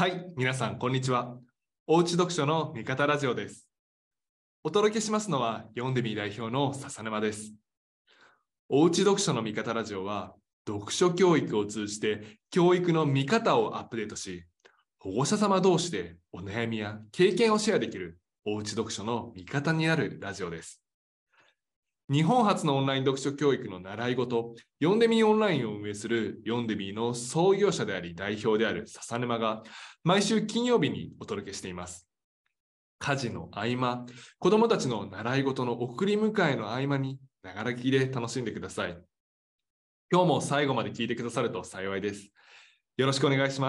はい、皆さん、こんにちは。おうち読書の味方ラジオです。お届けしますのは、読んでみ代表の笹沼です。おうち読書の味方ラジオは、読書教育を通じて、教育の見方をアップデートし、保護者様同士でお悩みや経験をシェアできる、おうち読書の味方になるラジオです。日本初のオンライン読書教育の習い事、読んでみオンラインを運営する読んでみの創業者であり代表である笹沼が毎週金曜日にお届けしています。家事の合間、子どもたちの習い事の送り迎えの合間にながら聞きで楽しんでください。今日も最後まで聞いてくださると幸いです。よろしくお願いします。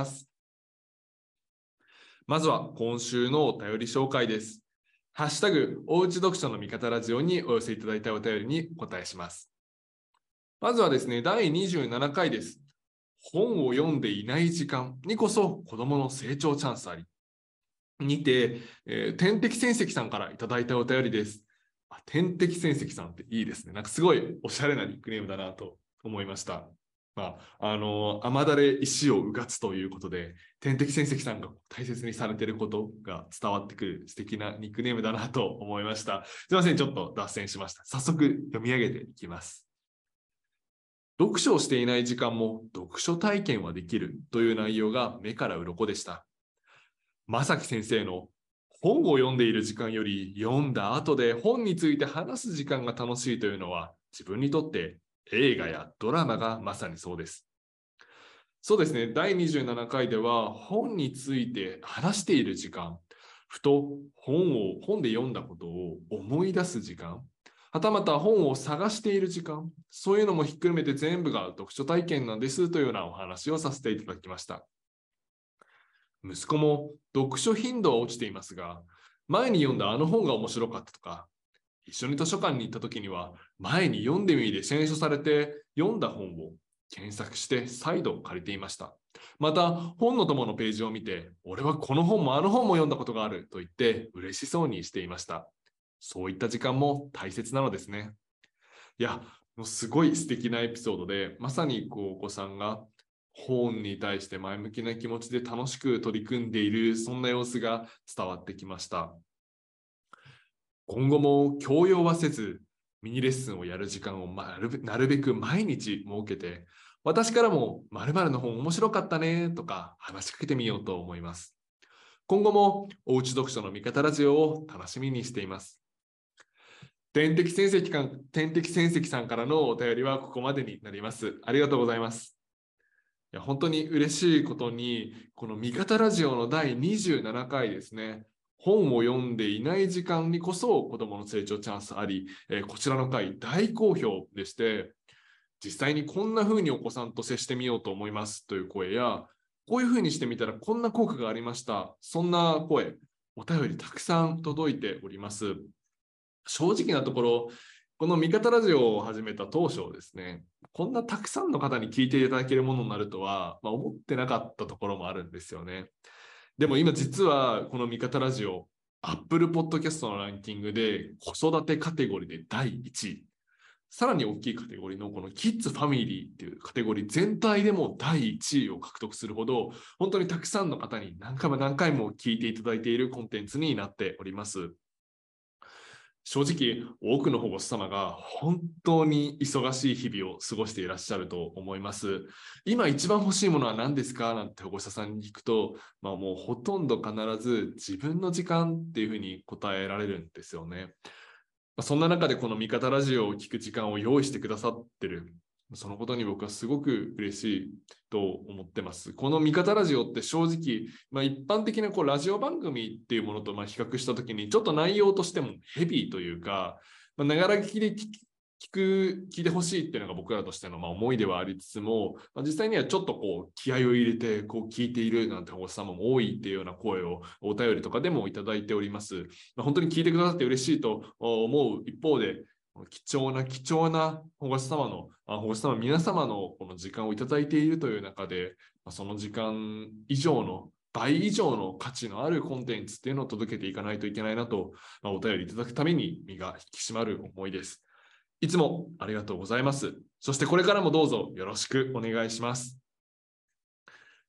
まずは今週のお便り紹介です。ハッシュタグ、おうち読書の味方ラジオにお寄せいただいたお便りにお答えします。まずはですね、第27回です。本を読んでいない時間にこそ子どもの成長チャンスあり。にて、天敵戦績さんからいただいたお便りです。天敵戦績さんっていいですね。なんかすごいおしゃれなニックネームだなと思いました。雨だれ石をうがつということで、天敵戦績さんが大切にされていることが伝わってくる素敵なニックネームだなと思いました。すいません、ちょっと脱線しました。早速読み上げていきます。読書をしていない時間も読書体験はできるという内容が目から鱗でした。正木先生の本を読んでいる時間より読んだ後で本について話す時間が楽しいというのは自分にとって映画やドラマがまさにそうです。そうですね、第27回では本について話している時間、ふと本で読んだことを思い出す時間、はたまた本を探している時間、そういうのもひっくるめて全部が読書体験なんですというようなお話をさせていただきました。息子も読書頻度は落ちていますが、前に読んだあの本が面白かったとか、一緒に図書館に行った時には、前に読んでみで選書されて読んだ本を検索して再度借りていました。また、本の友のページを見て、俺はこの本もあの本も読んだことがあると言って嬉しそうにしていました。そういった時間も大切なのですね。いや、もうすごい素敵なエピソードで、まさにお子さんが本に対して前向きな気持ちで楽しく取り組んでいる、そんな様子が伝わってきました。今後も強要はせず、ミニレッスンをやる時間をなるべく毎日設けて、私からも〇〇の本面白かったねとか話しかけてみようと思います。今後もおうち読書の味方ラジオを楽しみにしています。天敵戦績さんからのお便りはここまでになります。ありがとうございます。いや本当に嬉しいことに、この味方ラジオの第27回ですね、本を読んでいない時間にこそ子どもの成長チャンスあり、こちらの回大好評でして、実際にこんな風にお子さんと接してみようと思いますという声や、こういう風にしてみたらこんな効果がありました、そんな声、お便りたくさん届いております。正直なところ、この味方ラジオを始めた当初ですね、こんなたくさんの方に聞いていただけるものになるとは、思ってなかったところもあるんですよね。でも今実はこの味方ラジオ、Apple Podcast のランキングで子育てカテゴリーで第1位。さらに大きいカテゴリーのこのキッズファミリーっていうカテゴリー全体でも第1位を獲得するほど、本当にたくさんの方に何回も聞いていただいているコンテンツになっております。正直、多くの保護者様が本当に忙しい日々を過ごしていらっしゃると思います。今一番欲しいものは何ですかなんて保護者さんに聞くと、もうほとんど必ず自分の時間っていうふうに答えられるんですよね。そんな中でこの味方ラジオを聞く時間を用意してくださってる。そのことに僕はすごく嬉しいと思ってます。この味方ラジオって正直、一般的なラジオ番組っていうものと比較したときに、ちょっと内容としてもヘビーというか、ながら聞きで聞いてほしいっていうのが僕らとしての思いではありつつも、実際にはちょっと気合を入れて聞いているなんて保護者様も多いっていうような声をお便りとかでもいただいております。本当に聞いてくださって嬉しいと思う一方で、貴重な保護者様皆様のこの時間をいただいているという中で、その時間以上の倍以上の価値のあるコンテンツっていうのを届けていかないといけないなと、お便りいただくために身が引き締まる思いです。いつもありがとうございます。そしてこれからもどうぞよろしくお願いします。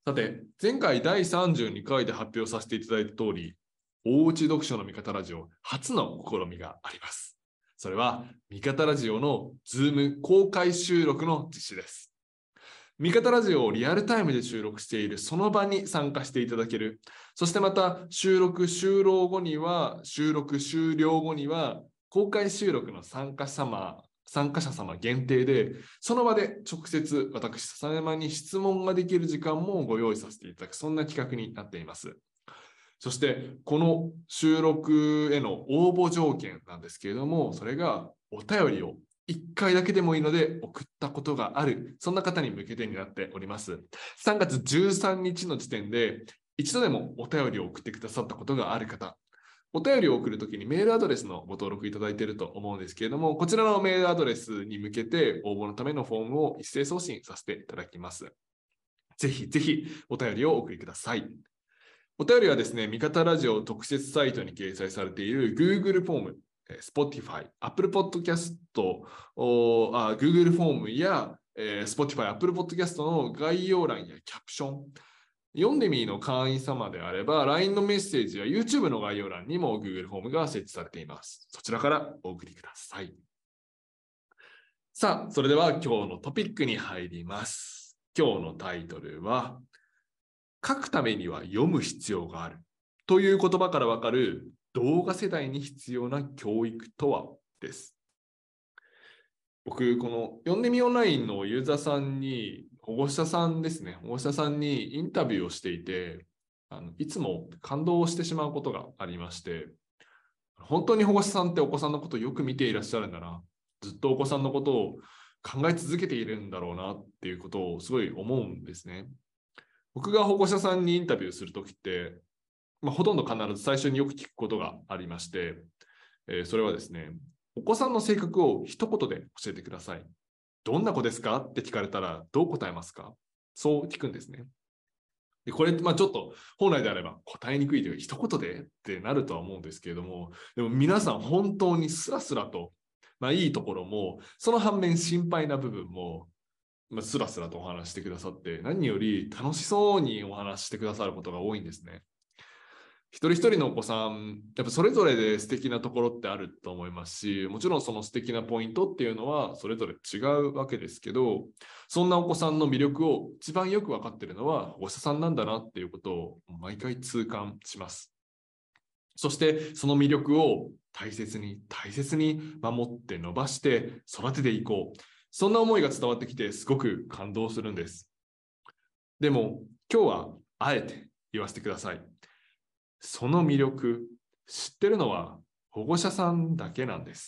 さて、前回第32回で発表させていただいた通り、おうち読書の味方ラジオ初の試みがあります。それは、味方ラジオのZoom公開収録の実施です。味方ラジオをリアルタイムで収録しているその場に参加していただける。そしてまた収録終了後には公開収録の参加者様限定で、その場で直接私、笹山に質問ができる時間もご用意させていただく、そんな企画になっています。そして、この収録への応募条件なんですけれども、それがお便りを1回だけでもいいので送ったことがある、そんな方に向けてになっております。3月13日の時点で、一度でもお便りを送ってくださったことがある方、お便りを送るときにメールアドレスのご登録いただいていると思うんですけれども、こちらのメールアドレスに向けて応募のためのフォームを一斉送信させていただきます。ぜひぜひお便りをお送りください。お便りはですね、味方ラジオ特設サイトに掲載されている Google フォーム、Spotify、Apple Podcast、Google フォームや、Spotify、Apple Podcast の概要欄やキャプション、読んでみーの会員様であれば、LINE のメッセージや YouTube の概要欄にも Google フォームが設置されています。そちらからお送りください。さあ、それでは今日のトピックに入ります。今日のタイトルは、書くためには読む必要があるという言葉からわかる動画世代に必要な教育とはです。僕、この読んでみオンラインのユーザーさんに、保護者さんにインタビューをしていて、いつも感動してしまうことがありまして、本当に保護者さんってお子さんのことをよく見ていらっしゃるんだな、ずっとお子さんのことを考え続けているんだろうなっていうことをすごい思うんですね。僕が保護者さんにインタビューするときって、ほとんど必ず最初によく聞くことがありまして、それはですね、お子さんの性格を一言で教えてください。どんな子ですかって聞かれたらどう答えますか？そう聞くんですね。でこれ、ちょっと本来であれば答えにくいというか一言でってなるとは思うんですけれども、でも皆さん本当にスラスラと、いいところも、その反面心配な部分も、スラスラとお話してくださって、何より楽しそうにお話してくださることが多いんですね。一人一人のお子さん、やっぱそれぞれで素敵なところってあると思いますし、もちろんその素敵なポイントっていうのはそれぞれ違うわけですけど、そんなお子さんの魅力を一番よく分かっているのは保護者さんなんだなっていうことを毎回痛感します。そしてその魅力を大切に守って伸ばして育てていこう。そんな思いが伝わってきてすごく感動するんです。でも今日はあえて言わせてください。その魅力、知ってるのは保護者さんだけなんです。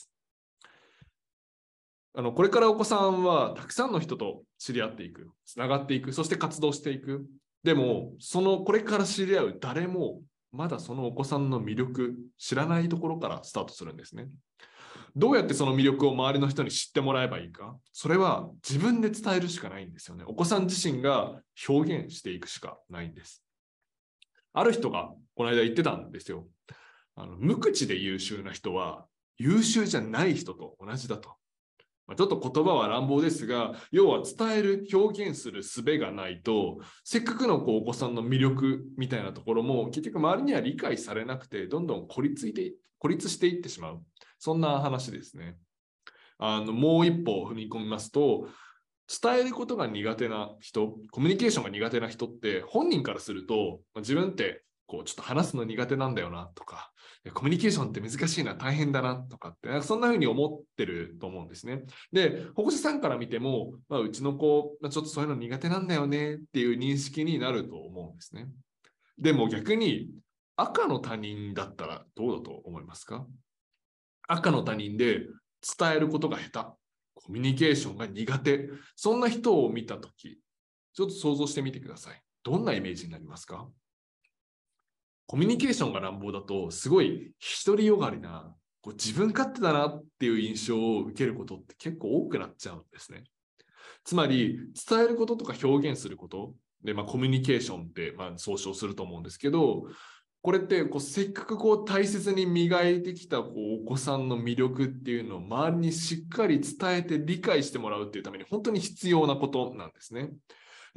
これからお子さんはたくさんの人と知り合っていく、つながっていく、そして活動していく。でも、これから知り合う誰も、まだそのお子さんの魅力、知らないところからスタートするんですね。どうやってその魅力を周りの人に知ってもらえばいいか、それは自分で伝えるしかないんですよね。お子さん自身が表現していくしかないんです。ある人がこの間言ってたんですよ。無口で優秀な人は優秀じゃない人と同じだと。ちょっと言葉は乱暴ですが、要は伝える、表現する術がないと、せっかくのお子さんの魅力みたいなところも結局周りには理解されなくて、どんどん孤立していってしまう。そんな話ですね。もう一歩踏み込みますと、伝えることが苦手な人、コミュニケーションが苦手な人って本人からすると、自分ってちょっと話すの苦手なんだよなとか、コミュニケーションって難しいな、大変だなとかって、そんな風に思ってると思うんですね。で、保護者さんから見ても、うちの子、ちょっとそういうの苦手なんだよねっていう認識になると思うんですね。でも逆に、赤の他人だったらどうだと思いますか？赤の他人で伝えることが下手、コミュニケーションが苦手、そんな人を見たとき、ちょっと想像してみてください。どんなイメージになりますか？コミュニケーションが乱暴だと、すごい独りよがりな、自分勝手だなっていう印象を受けることって結構多くなっちゃうんですね。つまり、伝えることとか表現することで、コミュニケーションって総称すると思うんですけど、これってせっかく大切に磨いてきたお子さんの魅力っていうのを周りにしっかり伝えて理解してもらうっていうために本当に必要なことなんですね。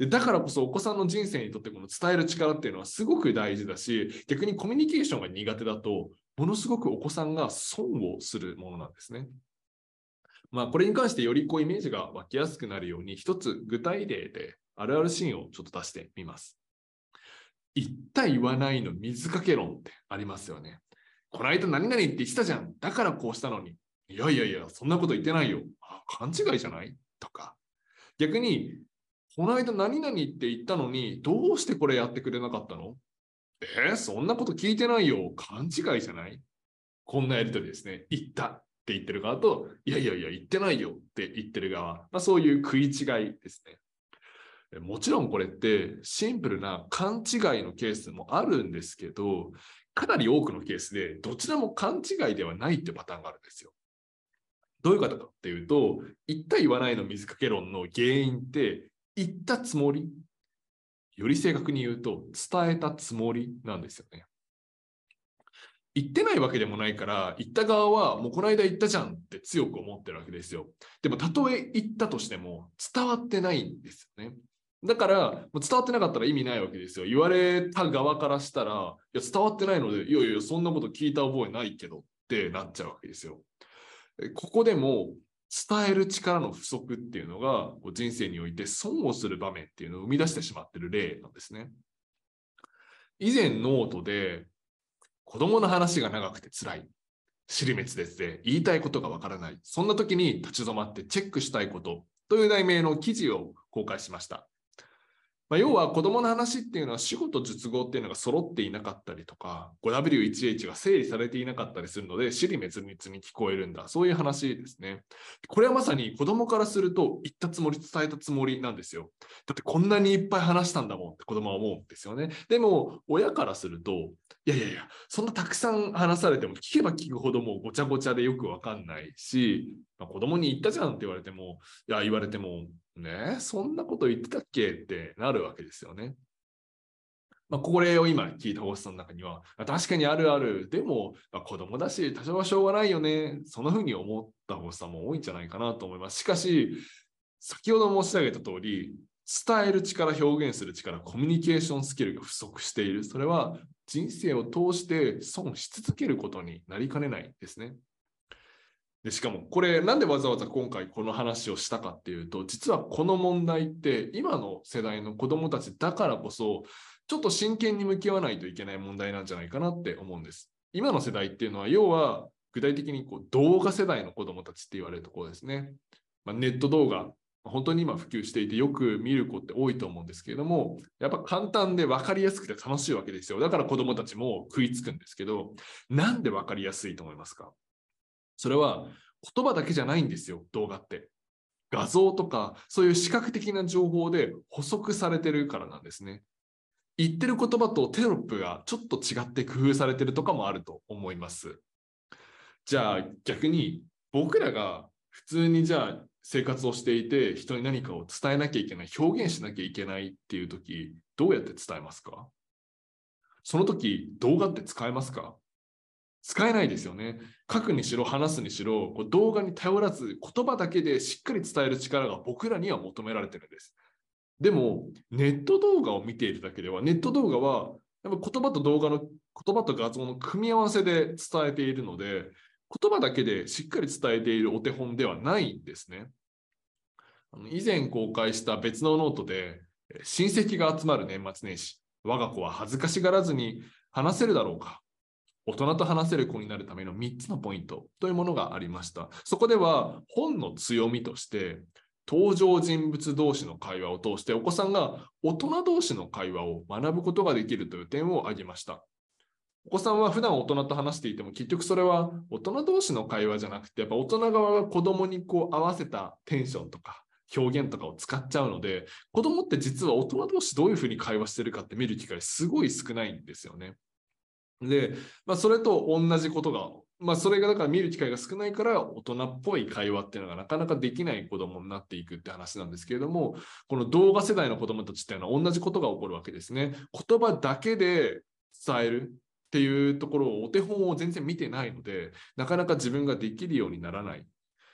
でだからこそお子さんの人生にとってこの伝える力っていうのはすごく大事だし、逆にコミュニケーションが苦手だと、ものすごくお子さんが損をするものなんですね。これに関してよりイメージが湧きやすくなるように、一つ具体例であるあるシーンをちょっと出してみます。言った言わないの水かけ論ってありますよね。この間何々って言ってたじゃん。だからこうしたのに。いやいやいや、そんなこと言ってないよ。勘違いじゃないとか。逆に、この間何々って言ったのに、どうしてこれやってくれなかったの？そんなこと聞いてないよ。勘違いじゃない？こんなやりとりですね。言ったって言ってる側と、いやいやいや、言ってないよって言ってる側。そういう食い違いですね。もちろんこれってシンプルな勘違いのケースもあるんですけど、かなり多くのケースでどちらも勘違いではないっていうパターンがあるんですよ。どういうことかっていうと、言った言わないの水かけ論の原因って言ったつもり、より正確に言うと伝えたつもりなんですよね。言ってないわけでもないから、言った側はもうこの間言ったじゃんって強く思ってるわけですよ。でもたとえ言ったとしても伝わってないんですよね。だから、伝わってなかったら意味ないわけですよ。言われた側からしたら、いや伝わってないので、いやいや、そんなこと聞いた覚えないけどってなっちゃうわけですよ。ここでも伝える力の不足っていうのが人生において損をする場面っていうのを生み出してしまっている例なんですね。以前ノートで子供の話が長くて辛い。尻滅裂で言いたいことがわからない。そんな時に立ち止まってチェックしたいことという題名の記事を公開しました。要は子供の話っていうのは主語と述語っていうのが揃っていなかったりとか 5W1H が整理されていなかったりするので尻滅裂に聞こえるんだ。そういう話ですね。これはまさに子供からすると言ったつもり伝えたつもりなんですよ。だってこんなにいっぱい話したんだもんって子供は思うんですよね。でも親からするといやいやいやそんなたくさん話されても聞けば聞くほどもうごちゃごちゃでよくわかんないし、子供に言ったじゃんって言われても言われてもね、そんなこと言ってたっけってなるわけですよね。これを今聞いたホストの中には、確かにあるある、でも、子供だし、多少はしょうがないよね、そんな風に思ったホストも多いんじゃないかなと思います。しかし、先ほど申し上げた通り、伝える力、表現する力、コミュニケーションスキルが不足している。それは人生を通して損し続けることになりかねないですね。でしかもこれなんでわざわざ今回この話をしたかっていうと、実はこの問題って今の世代の子どもたちだからこそちょっと真剣に向き合わないといけない問題なんじゃないかなって思うんです。今の世代っていうのは要は具体的に動画世代の子どもたちって言われるところですね。ネット動画本当に今普及していてよく見る子って多いと思うんですけれども、やっぱ簡単で分かりやすくて楽しいわけですよ。だから子どもたちも食いつくんですけど、なんで分かりやすいと思いますか？それは言葉だけじゃないんですよ、動画って。画像とか、そういう視覚的な情報で補足されてるからなんですね。言ってる言葉とテロップがちょっと違って工夫されてるとかもあると思います。じゃあ逆に僕らが普通にじゃあ生活をしていて人に何かを伝えなきゃいけない、表現しなきゃいけないっていう時、どうやって伝えますか？その時動画って使えますか？使えないですよね。書くにしろ話すにしろ動画に頼らず言葉だけでしっかり伝える力が僕らには求められてるんです。でもネット動画を見ているだけでは、ネット動画はやっぱ言葉と動画の言葉と画像の組み合わせで伝えているので、言葉だけでしっかり伝えているお手本ではないんですね。以前公開した別のノートで親戚が集まる年末年始、我が子は恥ずかしがらずに話せるだろうか、大人と話せる子になるための3つのポイントというものがありました。そこでは本の強みとして登場人物同士の会話を通してお子さんが大人同士の会話を学ぶことができるという点を挙げました。お子さんは普段大人と話していても結局それは大人同士の会話じゃなくて、やっぱ大人側が子供に合わせたテンションとか表現とかを使っちゃうので、子供って実は大人同士どういうふうに会話してるかって見る機会すごい少ないんですよね。で、それと同じことが、それがだから見る機会が少ないから大人っぽい会話っていうのがなかなかできない子供になっていくって話なんですけれども、この動画世代の子供たちっていうのは同じことが起こるわけですね。言葉だけで伝えるっていうところをお手本を全然見てないので、なかなか自分ができるようにならない。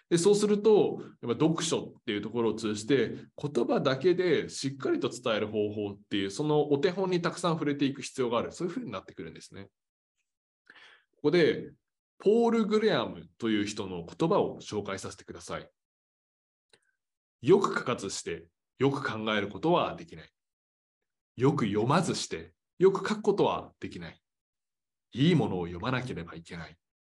で、そうすると、やっぱ読書っていうところを通じて、言葉だけでしっかりと伝える方法っていう、そのお手本にたくさん触れていく必要がある。そういうふうになってくるんですね。ここで、ポール・グレアムという人の言葉を紹介させてください。よく書かずして、よく考えることはできない。よく読まずして、よく書くことはできない。いいものを読まなければいけない。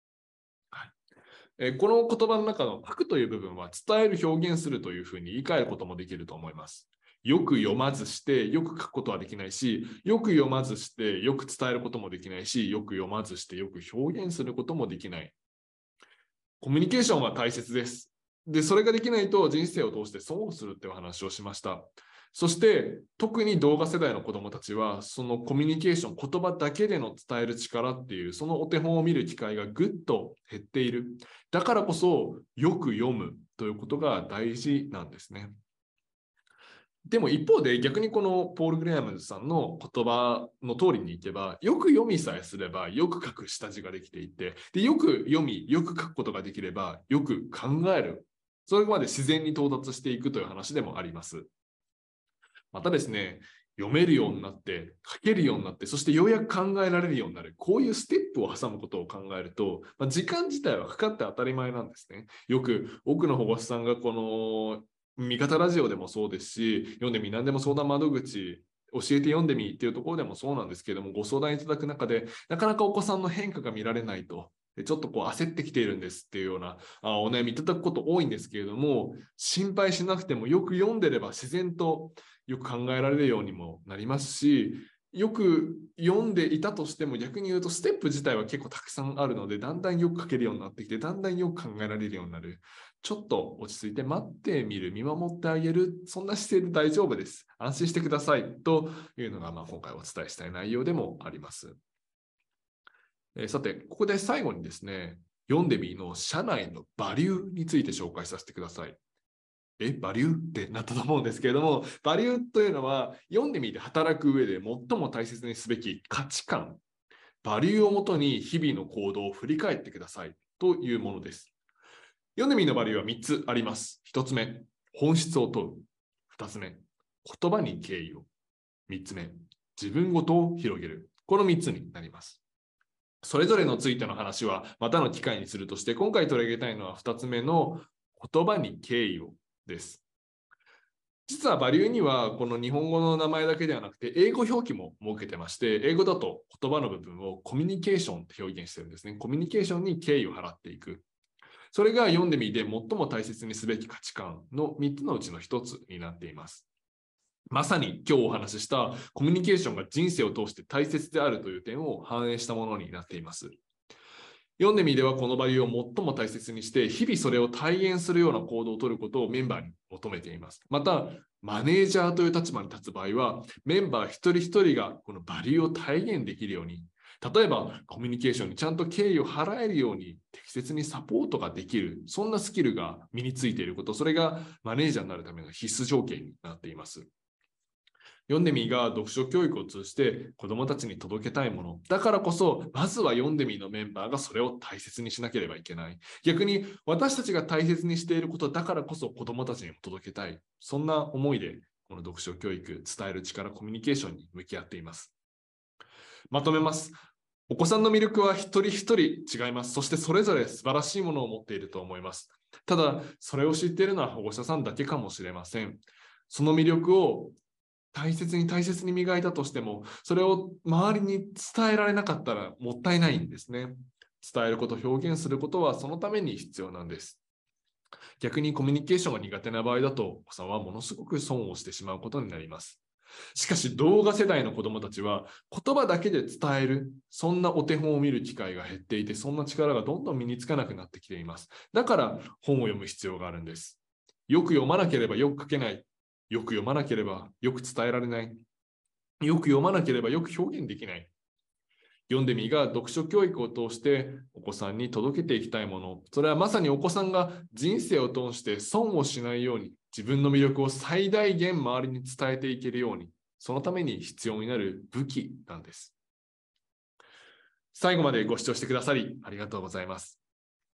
この言葉の中の書くという部分は伝える、表現するというふうに言い換えることもできると思います。よく読まずしてよく書くことはできないし、よく読まずしてよく伝えることもできないし、よく読まずしてよく表現することもできない。コミュニケーションは大切です。で、それができないと人生を通して損をするっていう話をしました。そして特に動画世代の子どもたちはそのコミュニケーション、言葉だけでの伝える力っていうそのお手本を見る機会がぐっと減っている。だからこそよく読むということが大事なんですね。でも一方で逆にこのポール・グレアムズさんの言葉の通りにいけば、よく読みさえすればよく書く下地ができていて、でよく読み、よく書くことができればよく考える。それまで自然に到達していくという話でもあります。またですね、読めるようになって、書けるようになって、そしてようやく考えられるようになる。こういうステップを挟むことを考えると、時間自体はかかって当たり前なんですね。よく多くの保護者さんがこの味方ラジオでもそうですし、読んでみ何でも相談窓口、教えて読んでみっていうところでもそうなんですけれども、ご相談いただく中で、なかなかお子さんの変化が見られないと。ちょっとこう焦ってきているんですっていうようなお悩みいただくこと多いんですけれども、心配しなくてもよく読んでれば自然とよく考えられるようにもなりますし、よく読んでいたとしても逆に言うとステップ自体は結構たくさんあるので、だんだんよく書けるようになってきて、だんだんよく考えられるようになる。ちょっと落ち着いて待ってみる、見守ってあげる、そんな姿勢で大丈夫です。安心してくださいというのが今回お伝えしたい内容でもあります。さて、ここで最後にですね、読んでみの社内のバリューについて紹介させてください。バリューってなったと思うんですけれども、バリューというのは読んでみて働く上で最も大切にすべき価値観、バリューをもとに日々の行動を振り返ってくださいというものです。読んでみのバリューは3つあります。1つ目、本質を問う。2つ目、言葉に敬意を。3つ目、自分ごとを広げる。この3つになります。それぞれのついての話はまたの機会にするとして、今回取り上げたいのは2つ目の言葉に敬意をです。実はバリューにはこの日本語の名前だけではなくて英語表記も設けてまして、英語だと言葉の部分をコミュニケーションって表現してるんですね。コミュニケーションに敬意を払っていく。それが読んでみて最も大切にすべき価値観の3つのうちの1つになっています。まさに今日お話ししたコミュニケーションが人生を通して大切であるという点を反映したものになっています。読んでみではこのバリューを最も大切にして、日々それを体現するような行動をとることをメンバーに求めています。また、マネージャーという立場に立つ場合は、メンバー一人一人がこのバリューを体現できるように、例えばコミュニケーションにちゃんと敬意を払えるように適切にサポートができる、そんなスキルが身についていること、それがマネージャーになるための必須条件になっています。読んでみが読書教育を通じて子どもたちに届けたいもの。だからこそ、まずは読んでみのメンバーがそれを大切にしなければいけない。逆に私たちが大切にしていることだからこそ子どもたちにも届けたい。そんな思いでこの読書教育、伝える力、コミュニケーションに向き合っています。まとめます。お子さんの魅力は一人一人違います。そしてそれぞれ素晴らしいものを持っていると思います。ただ、それを知っているのは保護者さんだけかもしれません。その魅力を大切に大切に磨いたとしても、それを周りに伝えられなかったらもったいないんですね。伝えること、表現することはそのために必要なんです。逆にコミュニケーションが苦手な場合だと、お子さんはものすごく損をしてしまうことになります。しかし動画世代の子どもたちは言葉だけで伝える、そんなお手本を見る機会が減っていて、そんな力がどんどん身につかなくなってきています。だから本を読む必要があるんです。よく読まなければよく書けない。よく読まなければよく伝えられない。よく読まなければよく表現できない。読んでみが読書教育を通してお子さんに届けていきたいもの、それはまさにお子さんが人生を通して損をしないように、自分の魅力を最大限周りに伝えていけるように、そのために必要になる武器なんです。最後までご視聴してくださりありがとうございます。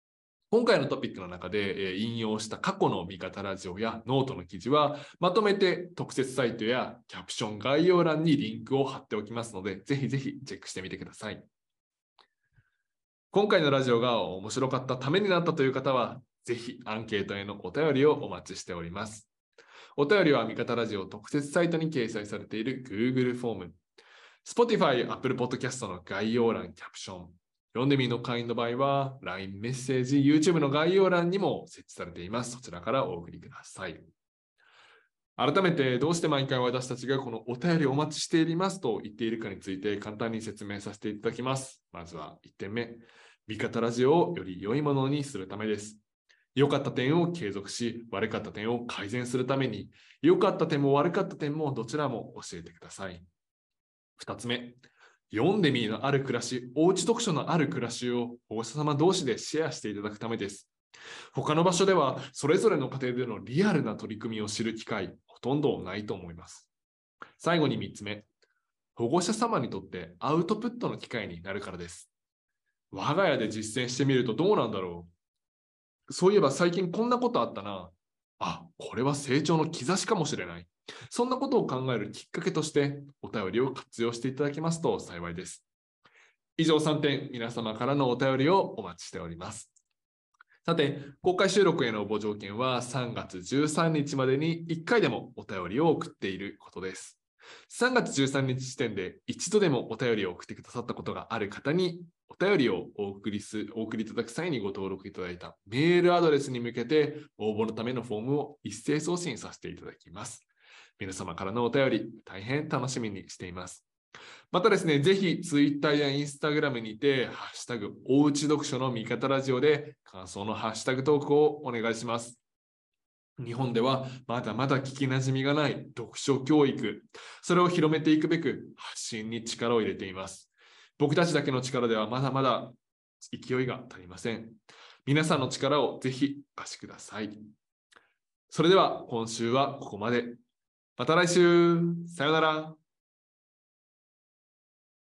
今回のトピックの中で引用した過去の味方ラジオやノートの記事はまとめて特設サイトやキャプション概要欄にリンクを貼っておきますので、ぜひぜひチェックしてみてください。今回のラジオが面白かった、ためになったという方は、ぜひアンケートへのお便りをお待ちしております。お便りは味方ラジオ特設サイトに掲載されている Google フォーム、Spotify、Apple Podcast の概要欄、キャプション、読んでみの会員の場合は LINE メッセージ、YouTube の概要欄にも設置されています。そちらからお送りください。改めてどうして毎回私たちがこのお便りお待ちしていますと言っているかについて簡単に説明させていただきます。まずは1点目、味方ラジオをより良いものにするためです。良かった点を継続し、悪かった点を改善するために、良かった点も悪かった点もどちらも教えてください。2つ目、読んでみのある暮らし、おうち読書のある暮らしを保護者様同士でシェアしていただくためです。他の場所ではそれぞれの家庭でのリアルな取り組みを知る機会、ほとんどないと思います。最後に3つ目、保護者様にとってアウトプットの機会になるからです。我が家で実践してみるとどうなんだろう。そういえば最近こんなことあったな。あ、これは成長の兆しかもしれない。そんなことを考えるきっかけとしてお便りを活用していただけますと幸いです。以上3点、皆様からのお便りをお待ちしております。さて、公開収録への応募条件は3月13日までに1回でもお便りを送っていることです。3月13日時点で一度でもお便りを送ってくださったことがある方に、お便りをお送りいただく際にご登録いただいたメールアドレスに向けて応募のためのフォームを一斉送信させていただきます。皆様からのお便り、大変楽しみにしています。またですね、ぜひ Twitter や Instagram にて、ハッシュタグ、おうち読書の味方ラジオで感想のハッシュタグトークをお願いします。日本ではまだまだ聞きなじみがない読書教育、それを広めていくべく発信に力を入れています。僕たちだけの力ではまだまだ勢いが足りません。皆さんの力をぜひお貸しください。それでは今週はここまで。また来週。さようなら。